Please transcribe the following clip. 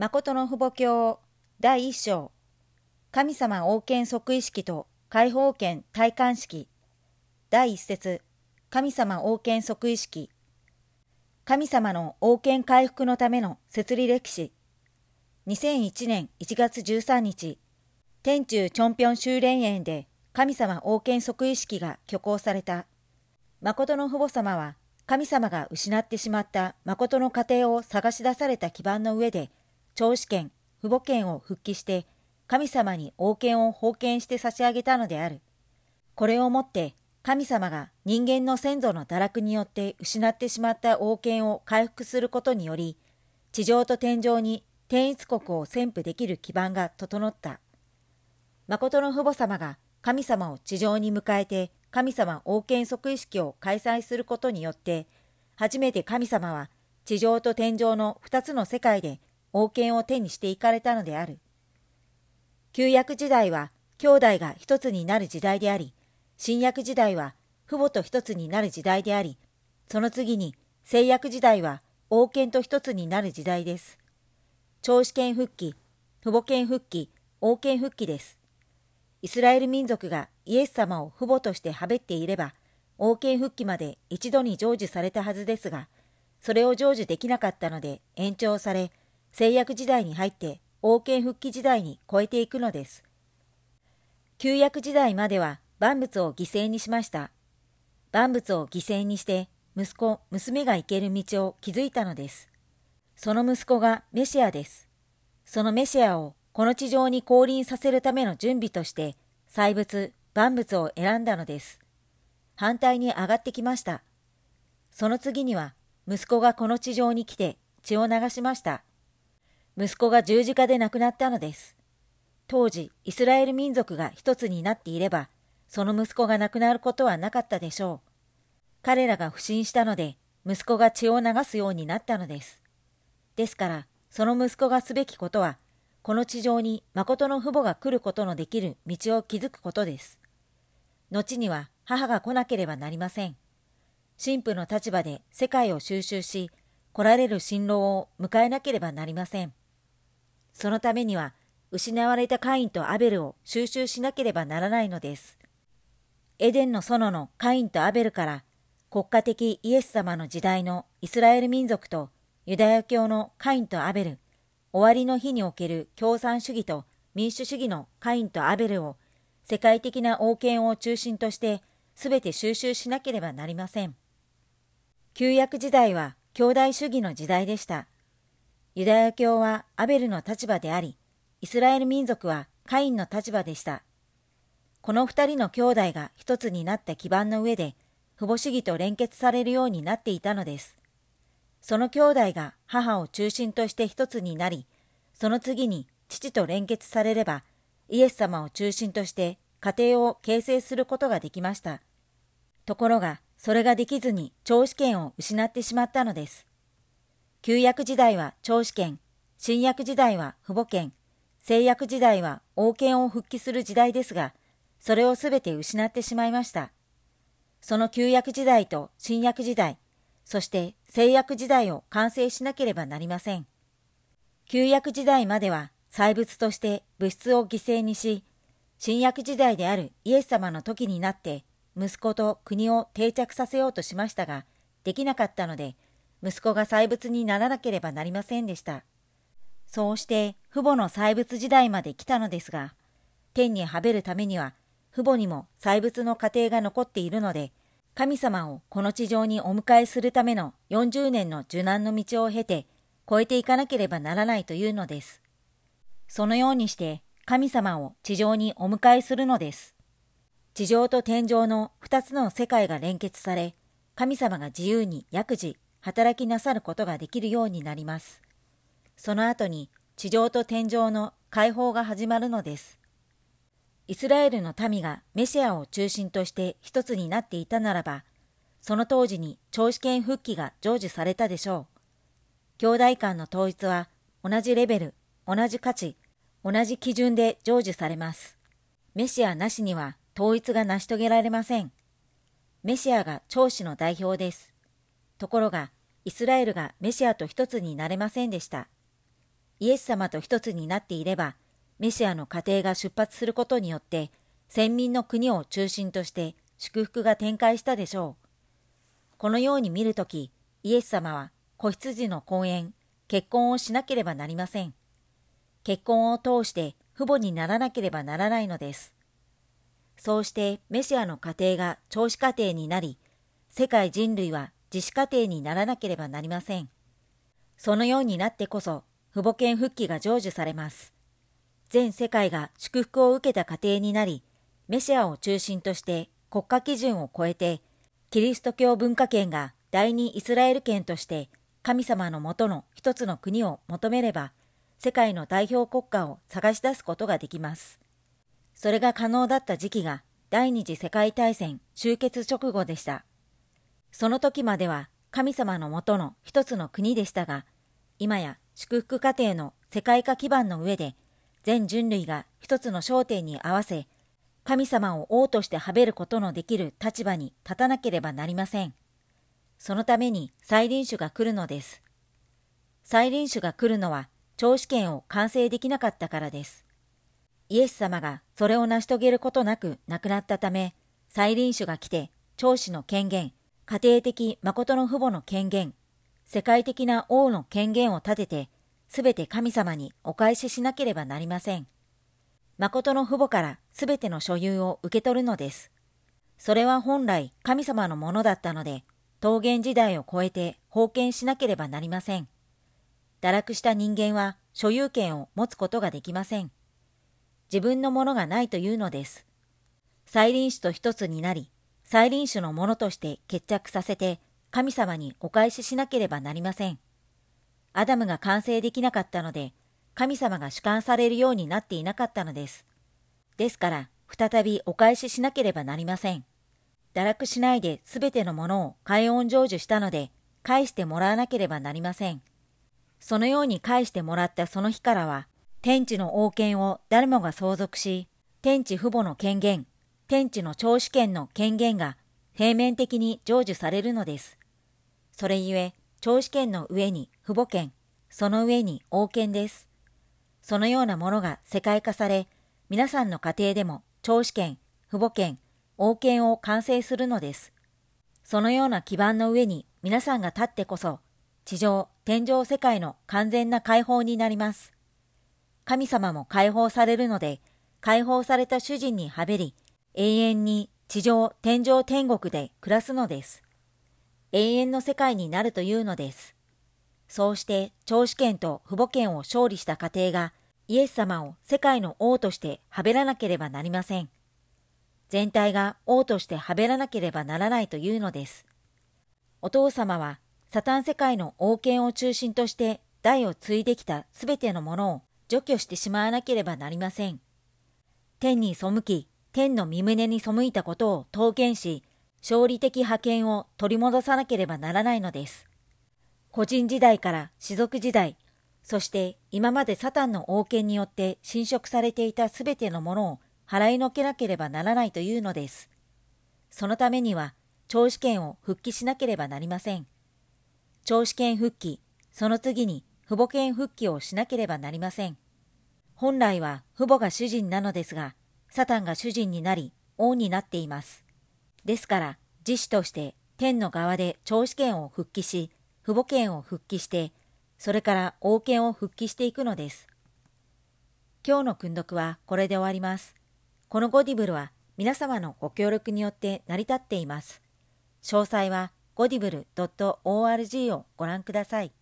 誠の父母経第一章、神様王権即位式と解放権戴冠式。第一節、神様王権即位式。神様の王権回復のための設立歴史。2001年1月13日、天中チョンピョン修練園で神様王権即位式が挙行された。誠の父母様は、神様が失ってしまった誠の家庭を探し出された基盤の上で、長子権、父母権を復帰して、神様に王権を封建して差し上げたのである。これをもって、神様が人間の先祖の堕落によって失ってしまった王権を回復することにより、地上と天上に天一国を宣布できる基盤が整った。誠の父母様が神様を地上に迎えて神様王権即位式を開催することによって、初めて神様は地上と天上の二つの世界で王権を手にしていかれたのである。旧約時代は兄弟が一つになる時代であり、新約時代は父母と一つになる時代であり、その次に聖約時代は王権と一つになる時代です。長子権復帰、父母権復帰、王権復帰です。イスラエル民族がイエス様を父母としてはべっていれば、王権復帰まで一度に成就されたはずですが、それを成就できなかったので延長され、聖約時代に入って王権復帰時代に超えていくのです。旧約時代までは万物を犠牲にしました。万物を犠牲にして息子、娘が行ける道を築いたのです。その息子がメシアです。そのメシアをこの地上に降臨させるための準備として祭物、万物を選んだのです。反対に上がってきました。その次には息子がこの地上に来て血を流しました。息子が十字架で亡くなったのです。当時、イスラエル民族が一つになっていれば、その息子が亡くなることはなかったでしょう。彼らが不信したので、息子が血を流すようになったのです。ですから、その息子がすべきことは、この地上に誠の父母が来ることのできる道を築くことです。後には母が来なければなりません。神父の立場で世界を収集し、来られる新郎を迎えなければなりません。そのためには、失われたカインとアベルを収集しなければならないのです。エデンの園のカインとアベルから、国家的イエス様の時代のイスラエル民族とユダヤ教のカインとアベル、終わりの日における共産主義と民主主義のカインとアベルを、世界的な王権を中心としてすべて収集しなければなりません。旧約時代は兄弟主義の時代でした。ユダヤ教はアベルの立場であり、イスラエル民族はカインの立場でした。この二人の兄弟が一つになった基盤の上で、父母主義と連結されるようになっていたのです。その兄弟が母を中心として一つになり、その次に父と連結されれば、イエス様を中心として家庭を形成することができました。ところが、それができずに長子権を失ってしまったのです。旧約時代は長子権、新約時代は父母権、聖約時代は王権を復帰する時代ですが、それをすべて失ってしまいました。その旧約時代と新約時代、そして聖約時代を完成しなければなりません。旧約時代までは祭物として物質を犠牲にし、新約時代であるイエス様の時になって息子と国を定着させようとしましたが、できなかったので、息子が祭物にならなければなりませんでした。そうして父母の祭物時代まで来たのですが、天にはべるためには父母にも祭物の過程が残っているので、神様をこの地上にお迎えするための40年の受難の道を経て越えていかなければならないというのです。そのようにして神様を地上にお迎えするのです。地上と天上の二つの世界が連結され、神様が自由に躍時、働きなさることができるようになります。その後に地上と天上の解放が始まるのです。イスラエルの民がメシアを中心として一つになっていたならば、その当時に長子権復帰が成就されたでしょう。兄弟間の統一は同じレベル、同じ価値、同じ基準で成就されます。メシアなしには統一が成し遂げられません。メシアが長子の代表です。ところが、イスラエルがメシアと一つになれませんでした。 イエス様と一つになっていれば、メシアの家庭が出発することによって、先民の国を中心として祝福が展開したでしょう。このように見るとき、イエス様は子羊の婚宴、結婚をしなければなりません。結婚を通して父母にならなければならないのです。そうしてメシアの家庭が長子家庭になり、世界人類は自子家庭にならなければなりません。そのようになってこそ、父母権復帰が成就されます。全世界が祝福を受けた家庭になり、メシアを中心として国家基準を超えて、キリスト教文化圏が第二イスラエル圏として神様のもとの一つの国を求めれば、世界の代表国家を探し出すことができます。それが可能だった時期が第二次世界大戦終結直後でした。その時までは神様のもとの一つの国でしたが、今や祝福家庭の世界化基盤の上で、全人類が一つの焦点に合わせ、神様を王としてはべることのできる立場に立たなければなりません。そのために再臨主が来るのです。再臨主が来るのは長子権を完成できなかったからです。イエス様がそれを成し遂げることなく亡くなったため、再臨主が来て長子の権限、家庭的誠の父母の権限、世界的な王の権限を立てて、すべて神様にお返ししなければなりません。誠の父母からすべての所有を受け取るのです。それは本来神様のものだったので、桃源時代を超えて封建しなければなりません。堕落した人間は所有権を持つことができません。自分のものがないというのです。再臨主と一つになり、再臨主のものとして決着させて、神様にお返ししなければなりません。アダムが完成できなかったので、神様が主観されるようになっていなかったのです。ですから、再びお返ししなければなりません。堕落しないですべてのものを開恩成就したので、返してもらわなければなりません。そのように返してもらったその日からは、天地の王権を誰もが相続し、天地父母の権限、天地の長子権の権限が平面的に成就されるのです。それゆえ、長子権の上に父母権、その上に王権です。そのようなものが世界化され、皆さんの家庭でも長子権、父母権、王権を完成するのです。そのような基盤の上に皆さんが立ってこそ、地上、天上世界の完全な解放になります。神様も解放されるので、解放された主人にはべり、永遠に地上、天上天国で暮らすのです。永遠の世界になるというのです。そうして長子権と父母権を勝利した家庭がイエス様を世界の王としてはべらなければなりません。全体が王としてはべらなければならないというのです。お父様はサタン世界の王権を中心として代を継いできたすべてのものを除去してしまわなければなりません。天に背き、天の御胸に背いたことを刀剣し、勝利的覇権を取り戻さなければならないのです。個人時代から士族時代、そして今までサタンの王権によって侵食されていたすべてのものを払いのけなければならないというのです。そのためには、長子権を復帰しなければなりません。長子権復帰、その次に父母権復帰をしなければなりません。本来は父母が主人なのですが、サタンが主人になり王になっています。ですから自主として天の側で長子権を復帰し、父母権を復帰して、それから王権を復帰していくのです。今日の訓読はこれで終わります。このゴディブルは皆様のご協力によって成り立っています。詳細は godible.org をご覧ください。